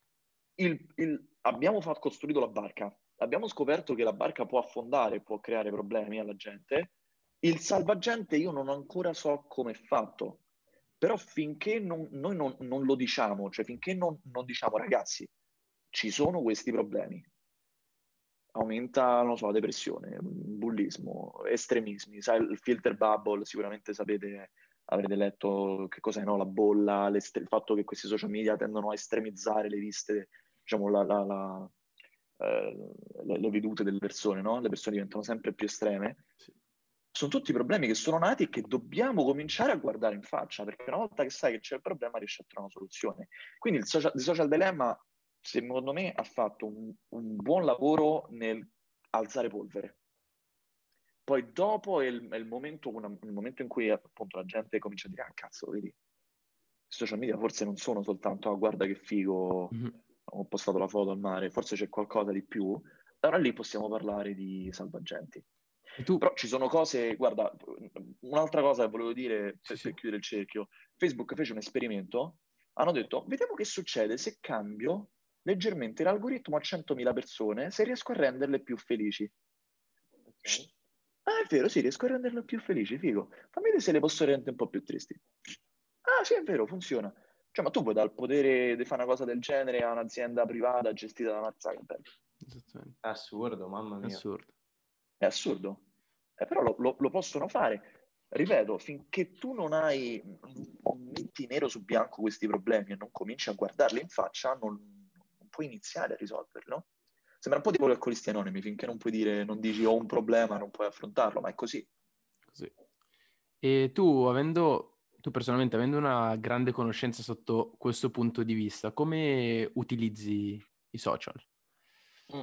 il, il, abbiamo fatto, costruito la barca, abbiamo scoperto che la barca può affondare, può creare problemi alla gente. Il salvagente io non ancora so come è fatto, però finché non, noi non, non lo diciamo, cioè finché non, non diciamo ragazzi, ci sono questi problemi, aumenta, non lo so, la depressione, bullismo, estremismi, sai, il filter bubble, sicuramente sapete, avrete letto che cos'è, no? La bolla, il fatto che questi social media tendono a estremizzare le viste, diciamo, la, la, la, eh, le, le vedute delle persone, no? Le persone diventano sempre più estreme. Sì. Sono tutti problemi che sono nati e che dobbiamo cominciare a guardare in faccia, perché una volta che sai che c'è il problema riesci a trovare una soluzione. Quindi il social, il social dilemma secondo me ha fatto un, un buon lavoro nel alzare polvere. Poi dopo è il, è il, momento, una, il momento in cui appunto la gente comincia a dire: ah cazzo, vedi, i social media forse non sono soltanto ah, guarda che figo, Mm-hmm. ho postato la foto al mare, forse c'è qualcosa di più. Allora lì possiamo parlare di salvagenti. E tu? Però ci sono cose, guarda, un'altra cosa che volevo dire per, Sì, sì. per chiudere il cerchio. Facebook fece un esperimento, hanno detto, vediamo che succede se cambio leggermente l'algoritmo a centomila persone, se riesco a renderle più felici. Okay. Ah, è vero, sì, riesco a renderle più felici, figo. Fammi vedere se le posso rendere un po' più tristi. Ah, sì, è vero, funziona. Cioè, ma tu puoi dare il potere di fare una cosa del genere a un'azienda privata gestita da Mark Zuckerberg? Esattamente. È assurdo, mamma mia. Assurdo. È assurdo. Eh, però lo, lo, lo possono fare. Ripeto, finché tu non hai, non metti nero su bianco questi problemi e non cominci a guardarli in faccia, non, non puoi iniziare a risolverli, no? Sembra un po' tipo gli alcolisti anonimi, finché non puoi dire, non dici ho un problema, non puoi affrontarlo, ma è così. Così. E tu, avendo, tu personalmente, avendo una grande conoscenza sotto questo punto di vista, come utilizzi i social? Mm.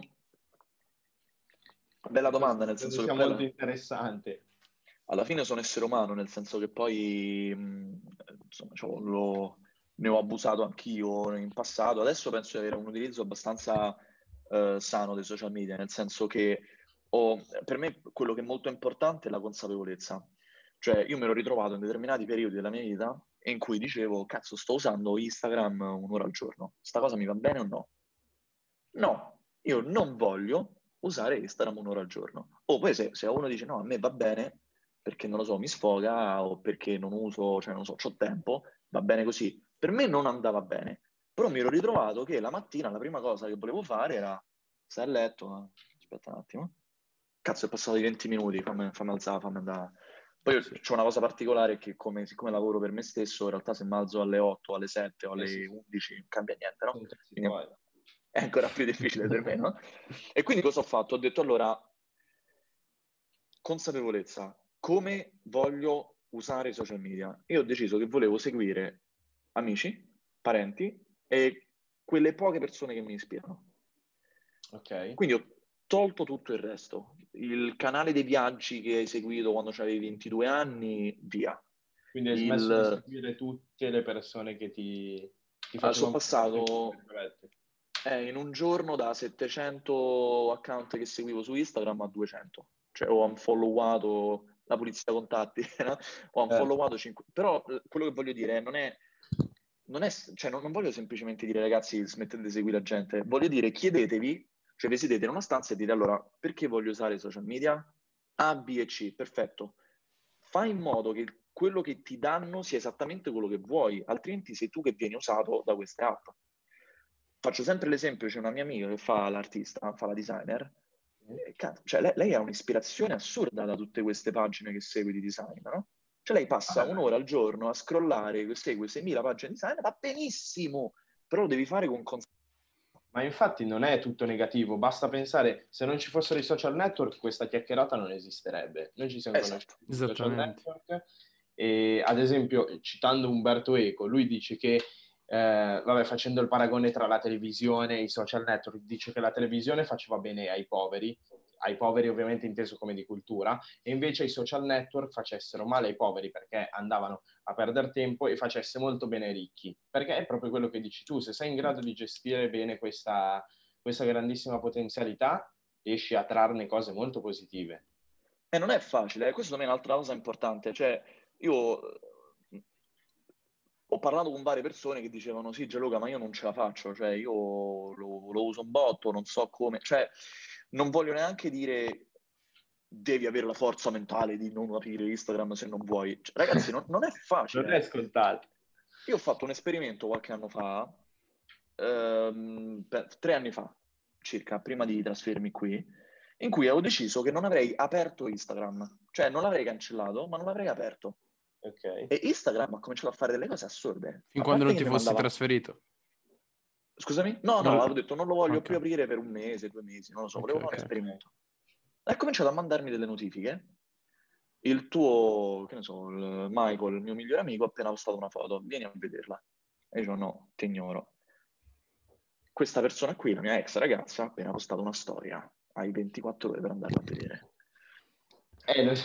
Bella domanda, nel Credo senso che sia poi molto alla, interessante. alla fine sono essere umano, nel senso che poi mh, insomma, cioè, lo, ne ho abusato anch'io in passato. Adesso penso di avere un utilizzo abbastanza eh, sano dei social media, nel senso che ho, per me quello che è molto importante è la consapevolezza. Cioè io mi ero ritrovato in determinati periodi della mia vita in cui dicevo, cazzo, sto usando Instagram un'ora al giorno, sta cosa mi va bene o no? No, io non voglio usare Instagram un'ora al giorno. O poi se, se uno dice no, a me va bene, perché non lo so, mi sfoga, o perché non uso, cioè non so, c'ho tempo, va bene così. Per me non andava bene, però mi ero ritrovato che la mattina la prima cosa che volevo fare era stare a letto, aspetta un attimo, cazzo è passato di venti minuti, fammi, fammi alzare, fammi andare. Poi io Sì. c'ho una cosa particolare che come, siccome lavoro per me stesso, in realtà se mi alzo alle otto, alle sette o alle Eh sì, sì. undici non cambia niente, no? Sono cazzi Quindi tuoi. è ancora più difficile per me, no? E quindi cosa ho fatto? Ho detto allora, consapevolezza, come voglio usare i social media? Io ho deciso che volevo seguire amici, parenti e quelle poche persone che mi ispirano. Ok. Quindi ho tolto tutto il resto. Il canale dei viaggi che hai seguito quando avevi ventidue anni, via. Quindi hai smesso di Il... seguire tutte le persone che ti, ti Ah, sono facevano... passato eh, in un giorno da settecento account che seguivo su Instagram a duecento. Cioè ho unfollowato la pulizia contatti, no? Ho unfollowato cinque... Però eh, quello che voglio dire non è... Non, è, cioè, non, non voglio semplicemente dire ragazzi smettete di seguire la gente, voglio dire chiedetevi, cioè vi siedete in una stanza e dite allora perché voglio usare i social media? A, B e C, perfetto. Fai in modo che quello che ti danno sia esattamente quello che vuoi, altrimenti sei tu che vieni usato da queste app. Faccio sempre l'esempio, c'è una mia amica che fa l'artista, fa la designer, e, cioè, lei, lei ha un'ispirazione assurda da tutte queste pagine che segue di design, no? Cioè lei passa un'ora al giorno a scrollare, segue seimila pagine di design, va benissimo, però lo devi fare con consapevolezza. Ma infatti non è tutto negativo, basta pensare, se non ci fossero i social network questa chiacchierata non esisterebbe. Noi ci siamo Esatto. conosciuti sui social Esattamente. network e ad esempio, citando Umberto Eco, lui dice che, eh, vabbè, facendo il paragone tra la televisione e i social network, dice che la televisione faceva bene ai poveri, ai poveri ovviamente inteso come di cultura, e invece i social network facessero male ai poveri perché andavano a perdere tempo e facesse molto bene ai ricchi, perché è proprio quello che dici tu, se sei in grado di gestire bene questa, questa grandissima potenzialità, riesci a trarne cose molto positive. E non è facile, eh. Questo secondo me è un'altra cosa importante, cioè io eh, ho parlato con varie persone che dicevano sì Gianluca ma io non ce la faccio, cioè io lo, lo uso un botto, non so come, cioè non voglio neanche dire devi avere la forza mentale di non aprire Instagram se non vuoi. Cioè, ragazzi, non, non è facile. Non è scontato. Io ho fatto un esperimento qualche anno fa, ehm, per, tre anni fa circa, prima di trasferirmi qui, in cui avevo deciso che non avrei aperto Instagram. Cioè non l'avrei cancellato, ma non l'avrei aperto. Ok. E Instagram ha cominciato a fare delle cose assurde. Fin A quando parte non che ti mi fossi mandava... trasferito. Scusami? No, Non- no, avevo detto non lo voglio Ok. più aprire per un mese, due mesi, non lo so, Ok, volevo fare ok. un esperimento. Ha cominciato a mandarmi delle notifiche. Il tuo, che ne so, il Michael, il mio migliore amico, ha appena postato una foto, vieni a vederla. E io no, ti ignoro. Questa persona qui, la mia ex ragazza, ha appena postato una storia. Hai ventiquattro ore per andarla a vedere. Eh, non...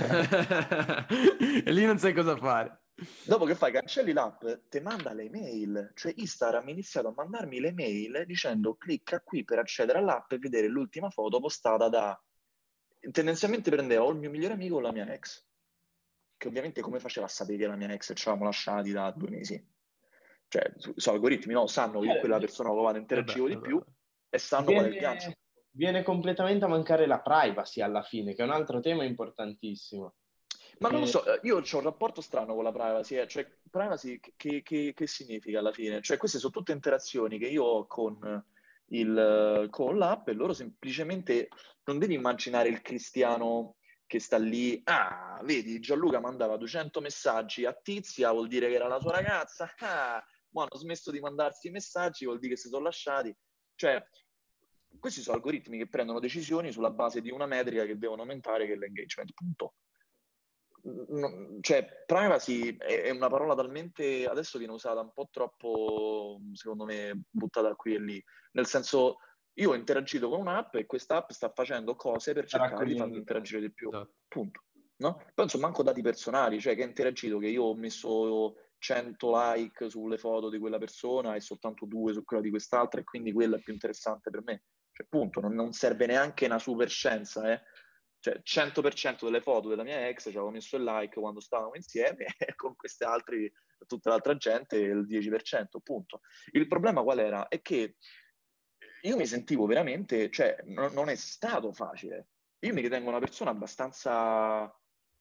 E lì non sai cosa fare. Dopo che fai, cancelli l'app, te manda le mail. Cioè Instagram ha iniziato a mandarmi le mail dicendo clicca qui per accedere all'app e vedere l'ultima foto postata da... Tendenzialmente prendeva o il mio migliore amico o la mia ex. Che ovviamente come faceva a sapere che la mia ex ci avevamo lasciati da due mesi? Cioè, sono algoritmi, no? Sanno che quella persona con la quale interagivo Eh beh, di eh più beh. e sanno qual è il gancio. Viene, viene completamente a mancare la privacy alla fine, che è un altro tema importantissimo. Ma non lo E- so, io ho un rapporto strano con la privacy, eh. Cioè, privacy che, che- che significa alla fine? Cioè, queste sono tutte interazioni che io ho con, il, con l'app e loro semplicemente non devi immaginare il cristiano che sta lì, ah, vedi, Gianluca mandava duecento messaggi a Tizia, vuol dire che era la sua ragazza, ah, ma hanno smesso di mandarsi i messaggi, vuol dire che si sono lasciati. Cioè, questi sono algoritmi che prendono decisioni sulla base di una metrica che devono aumentare, che è l'engagement, punto. No, cioè, privacy è, è una parola talmente adesso viene usata un po' troppo, secondo me, buttata qui e lì. Nel senso, io ho interagito con un'app e questa app sta facendo cose per cercare di farmi raccogliendo interagire di più. Esatto. Punto. No? Poi insomma, manco dati personali, cioè che ho interagito, che io ho messo cento like sulle foto di quella persona e soltanto due su quella di quest'altra, e quindi quella è più interessante per me. Cioè, punto, non, non serve neanche una super scienza, eh. Cioè, cento per cento delle foto della mia ex ci avevo messo il like quando stavamo insieme e con queste altre tutta l'altra gente il dieci per cento, punto. Il problema qual era? È che io mi sentivo veramente, cioè no, non è stato facile. Io mi ritengo una persona abbastanza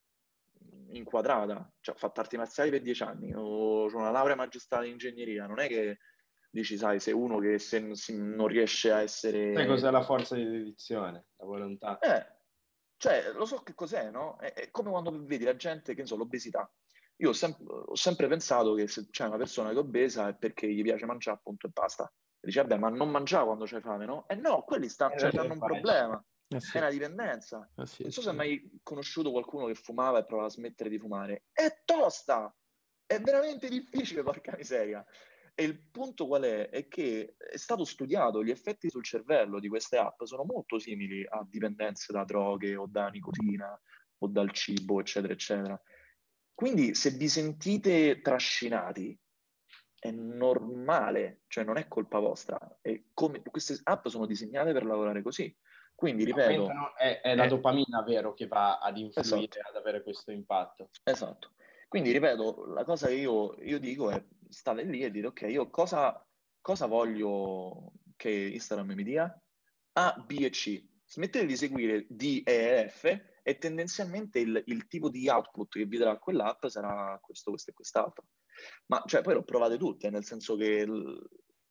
inquadrata, cioè ho fatto arti marziali per dieci anni, ho, ho una laurea magistrale in ingegneria, non è che dici, sai, sei uno che se, se non riesce a essere... Sai cos'è la forza di dedizione, la volontà? Eh, cioè, lo so che cos'è, no? È, è come quando vedi la gente, che ne so, l'obesità. Io ho, sem- ho sempre pensato che se c'è una persona che è obesa è perché gli piace mangiare, appunto, e basta. E dici, vabbè, ma non mangiare quando c'hai fame, no? E no, quelli stanno, Eh, cioè, non è hanno un facile. problema. Eh sì, È una dipendenza. eh sì, Non so sì. se hai mai conosciuto qualcuno che fumava e provava a smettere di fumare. È tosta! È veramente difficile, porca miseria. E il punto qual è? È che è stato studiato, gli effetti sul cervello di queste app sono molto simili a dipendenze da droghe o da nicotina o dal cibo, eccetera, eccetera. Quindi se vi sentite trascinati, è normale, cioè non è colpa vostra. E come, queste app sono disegnate per lavorare così. Quindi, ripeto... Aumentano, è, è la Eh. dopamina, vero, che va ad influire, Esatto. ad avere questo impatto. Esatto. Quindi, ripeto, la cosa che io, io dico è state lì e dite, ok, io cosa, cosa voglio che Instagram mi dia? A, B e C. Smettete di seguire D, E e F e tendenzialmente il, il tipo di output che vi darà quell'app sarà questo, questo e quest'altro. Ma cioè, poi lo provate tutte, nel senso che l-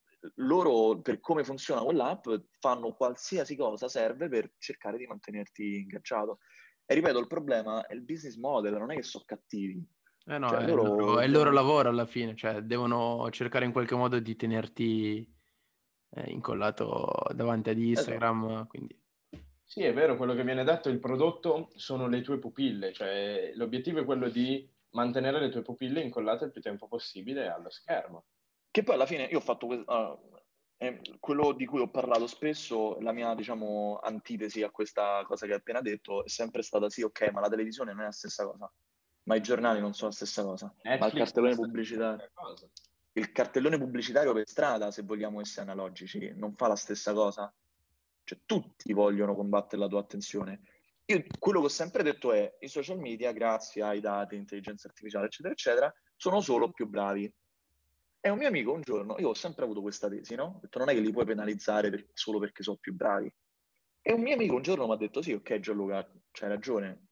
loro, per come funziona quell'app, fanno qualsiasi cosa serve per cercare di mantenerti ingaggiato. E ripeto, il problema è il business model, non è che sono cattivi. Eh no, Cioè, è il loro, loro è il loro devono... lavoro alla fine, cioè devono cercare in qualche modo di tenerti eh, incollato davanti ad Esatto. Instagram, quindi... Sì, è vero, quello che viene detto, il prodotto sono le tue pupille, cioè l'obiettivo è quello di mantenere le tue pupille incollate il più tempo possibile allo schermo. Che poi alla fine io ho fatto que- ah, eh, quello di cui ho parlato spesso, la mia, diciamo, antitesi a questa cosa che hai appena detto è sempre stata sì, ok, ma la televisione non è la stessa cosa, ma i giornali non sono la stessa cosa, ma il Netflix cartellone è pubblicitario, cosa. il cartellone pubblicitario per strada, se vogliamo essere analogici, non fa la stessa cosa. Cioè, tutti vogliono combattere la tua attenzione. Io quello che ho sempre detto è i social media, grazie ai dati, intelligenza artificiale, eccetera, eccetera, sono solo più bravi. E un mio amico un giorno, io ho sempre avuto questa tesi, no? Ho detto, non è che li puoi penalizzare per- solo perché sono più bravi. E un mio amico un giorno mi ha detto, sì, ok Gianluca, c'hai ragione,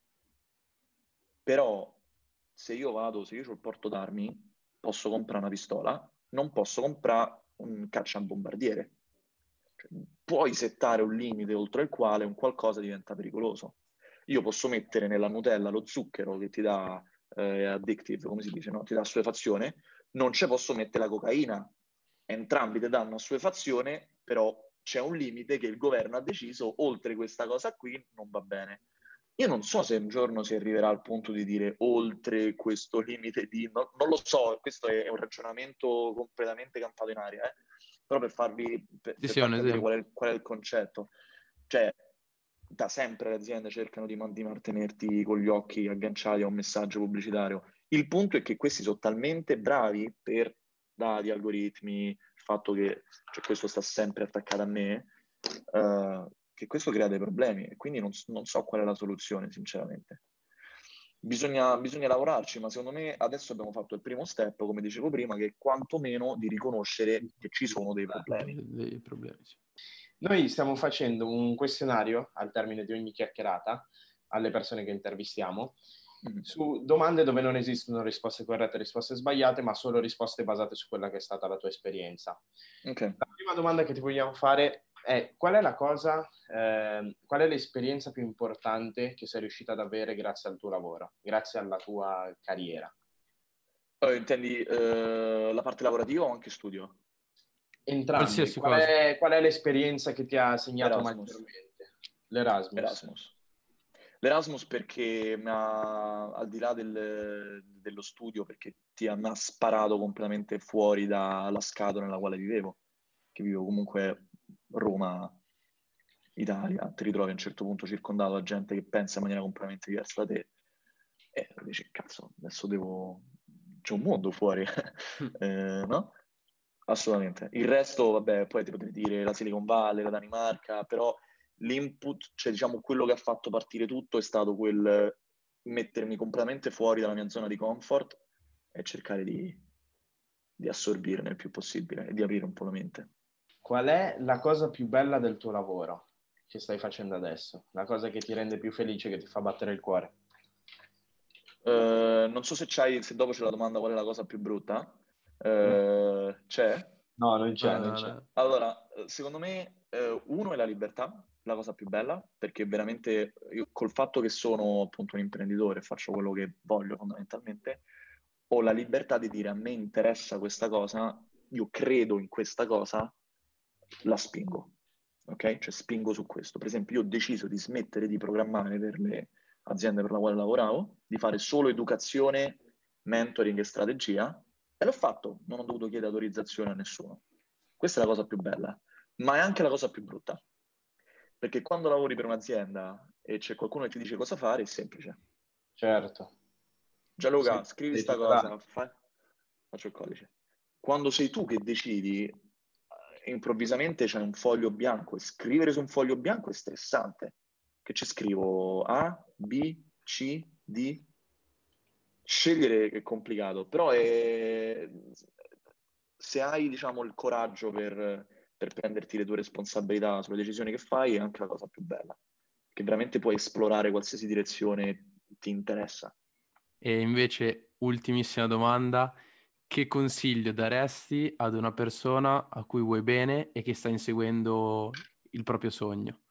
però se io vado, se io ho il porto d'armi, posso comprare una pistola, non posso comprare un cacciabombardiere. Cioè, puoi settare un limite oltre il quale un qualcosa diventa pericoloso. Io posso mettere nella Nutella lo zucchero che ti dà eh, addictive, come si dice, no? Ti dà assuefazione, non ci posso mettere la cocaina. Entrambi ti danno assuefazione, però c'è un limite che il governo ha deciso, oltre questa cosa qui non va bene. Io non so se un giorno si arriverà al punto di dire oltre questo limite di... No, non lo so, questo è un ragionamento completamente campato in aria, eh? Però per farvi, per, Sì, per sì, è far un capire esempio. qual è, il, qual è il concetto. Cioè, da sempre le aziende cercano di, man- di mantenerti con gli occhi agganciati a un messaggio pubblicitario. Il punto è che questi sono talmente bravi per dati, algoritmi, il fatto che cioè, questo sta sempre attaccato a me, eh, che questo crea dei problemi e quindi non, non so qual è la soluzione, sinceramente. Bisogna, bisogna lavorarci, ma secondo me adesso abbiamo fatto il primo step, come dicevo prima, che è quantomeno di riconoscere che ci sono dei problemi. Dei, dei problemi, sì. Noi stiamo facendo un questionario al termine di ogni chiacchierata alle persone che intervistiamo Mm. su domande dove non esistono risposte corrette e risposte sbagliate, ma solo risposte basate su quella che è stata la tua esperienza. Okay. La prima domanda che ti vogliamo fare è qual è la cosa, eh, qual è l'esperienza più importante che sei riuscita ad avere grazie al tuo lavoro, grazie alla tua carriera? Allora, intendi eh, la parte lavorativa o anche studio? Entrambe. Qualsiasi Qual cosa. è, qual è l'esperienza che ti ha segnato Erasmus. maggiormente? L'Erasmus. Erasmus. L'Erasmus perché mi ha, al di là del- dello studio, perché ti ha, mi ha sparato completamente fuori dalla scatola nella quale vivevo, che vivo comunque Roma, Italia, ti ritrovi a un certo punto circondato da gente che pensa in maniera completamente diversa da te e dici, cazzo, adesso devo... c'è un mondo fuori, eh, no? Assolutamente. Il resto, vabbè, poi ti potrei dire la Silicon Valley, la Danimarca, però l'input, cioè diciamo quello che ha fatto partire tutto è stato quel mettermi completamente fuori dalla mia zona di comfort e cercare di, di assorbirne il più possibile e di aprire un po' la mente. Qual è la cosa più bella del tuo lavoro che stai facendo adesso? La cosa che ti rende più felice, che ti fa battere il cuore? Uh, non so se c'hai, se dopo c'è la domanda qual è la cosa più brutta. Uh, c'è? No, non c'è, No, non no, c'è. no. Allora, secondo me, eh, uno è la libertà, la cosa più bella, perché veramente io col fatto che sono appunto un imprenditore, faccio quello che voglio fondamentalmente, ho la libertà di dire a me interessa questa cosa, io credo in questa cosa, la spingo, ok? Cioè spingo su questo. Per esempio, io ho deciso di smettere di programmare per le aziende per la quale lavoravo, di fare solo educazione, mentoring e strategia, e l'ho fatto, non ho dovuto chiedere autorizzazione a nessuno. Questa è la cosa più bella, ma è anche la cosa più brutta. Perché quando lavori per un'azienda e c'è qualcuno che ti dice cosa fare, è semplice. Certo. Gianluca, Sì, scrivi sei sta tutto cosa, là. fai... faccio il codice. Quando sei tu che decidi, eh, improvvisamente c'è un foglio bianco e scrivere su un foglio bianco è stressante. Che ci scrivo? A, B, C, D? Scegliere è complicato, però è... se hai, diciamo, il coraggio per, per prenderti le tue responsabilità sulle decisioni che fai, è anche la cosa più bella, che veramente puoi esplorare qualsiasi direzione ti interessa. E invece, ultimissima domanda, che consiglio daresti ad una persona a cui vuoi bene e che sta inseguendo il proprio sogno?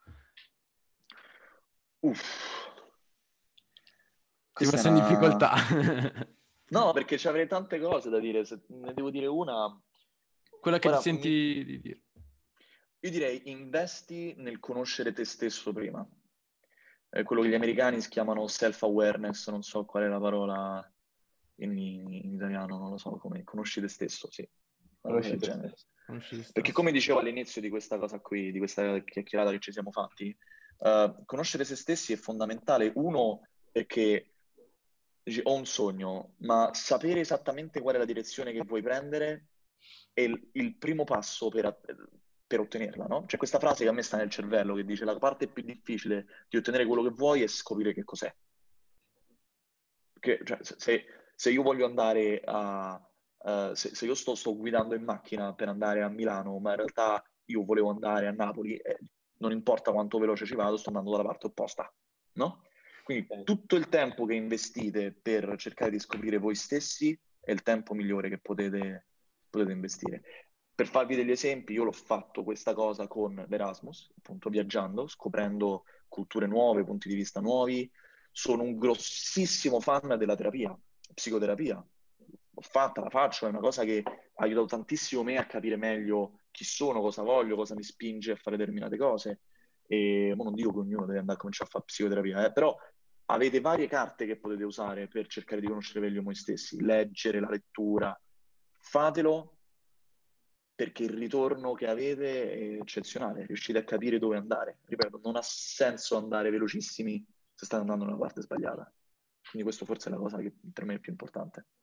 Uff. Ti ho Questa è messo in una... difficoltà. No, perché ci avrei tante cose da dire, se ne devo dire una... Quella che ti Guarda, mi... senti di dire. io direi investi nel conoscere te stesso prima. È quello che gli americani si chiamano self-awareness, non so qual è la parola in, in italiano, non lo so come, conosci te stesso, sì, una cosa Conosci del te genere. stesso. Conosci te Perché stesso. come dicevo all'inizio di questa cosa qui, di questa chiacchierata che ci siamo fatti, eh, conoscere se stessi è fondamentale, uno perché dici ho un sogno, ma sapere esattamente qual è la direzione che vuoi prendere è il, il primo passo per, per ottenerla, no? C'è questa frase che a me sta nel cervello che dice la parte più difficile di ottenere quello che vuoi è scoprire che cos'è. Perché, cioè, se, se io voglio andare a... Uh, se, se io sto, sto guidando in macchina per andare a Milano, ma in realtà io volevo andare a Napoli, eh, non importa quanto veloce ci vado, sto andando dalla parte opposta, no? Quindi tutto il tempo che investite per cercare di scoprire voi stessi è il tempo migliore che potete, potete investire. Per farvi degli esempi, io l'ho fatto questa cosa con l'Erasmus, appunto viaggiando, scoprendo culture nuove, punti di vista nuovi. Sono un grossissimo fan della terapia, psicoterapia. L'ho fatta, la faccio, è una cosa che ha aiutato tantissimo me a capire meglio chi sono, cosa voglio, cosa mi spinge a fare determinate cose. E mo non dico che ognuno deve andare a cominciare a fare psicoterapia, eh, però avete varie carte che potete usare per cercare di conoscere meglio voi stessi, leggere, la lettura. Fatelo perché il ritorno che avete è eccezionale, riuscite a capire dove andare. Ripeto, non ha senso andare velocissimi se state andando nella parte sbagliata. Quindi questo forse è la cosa che per me è più importante.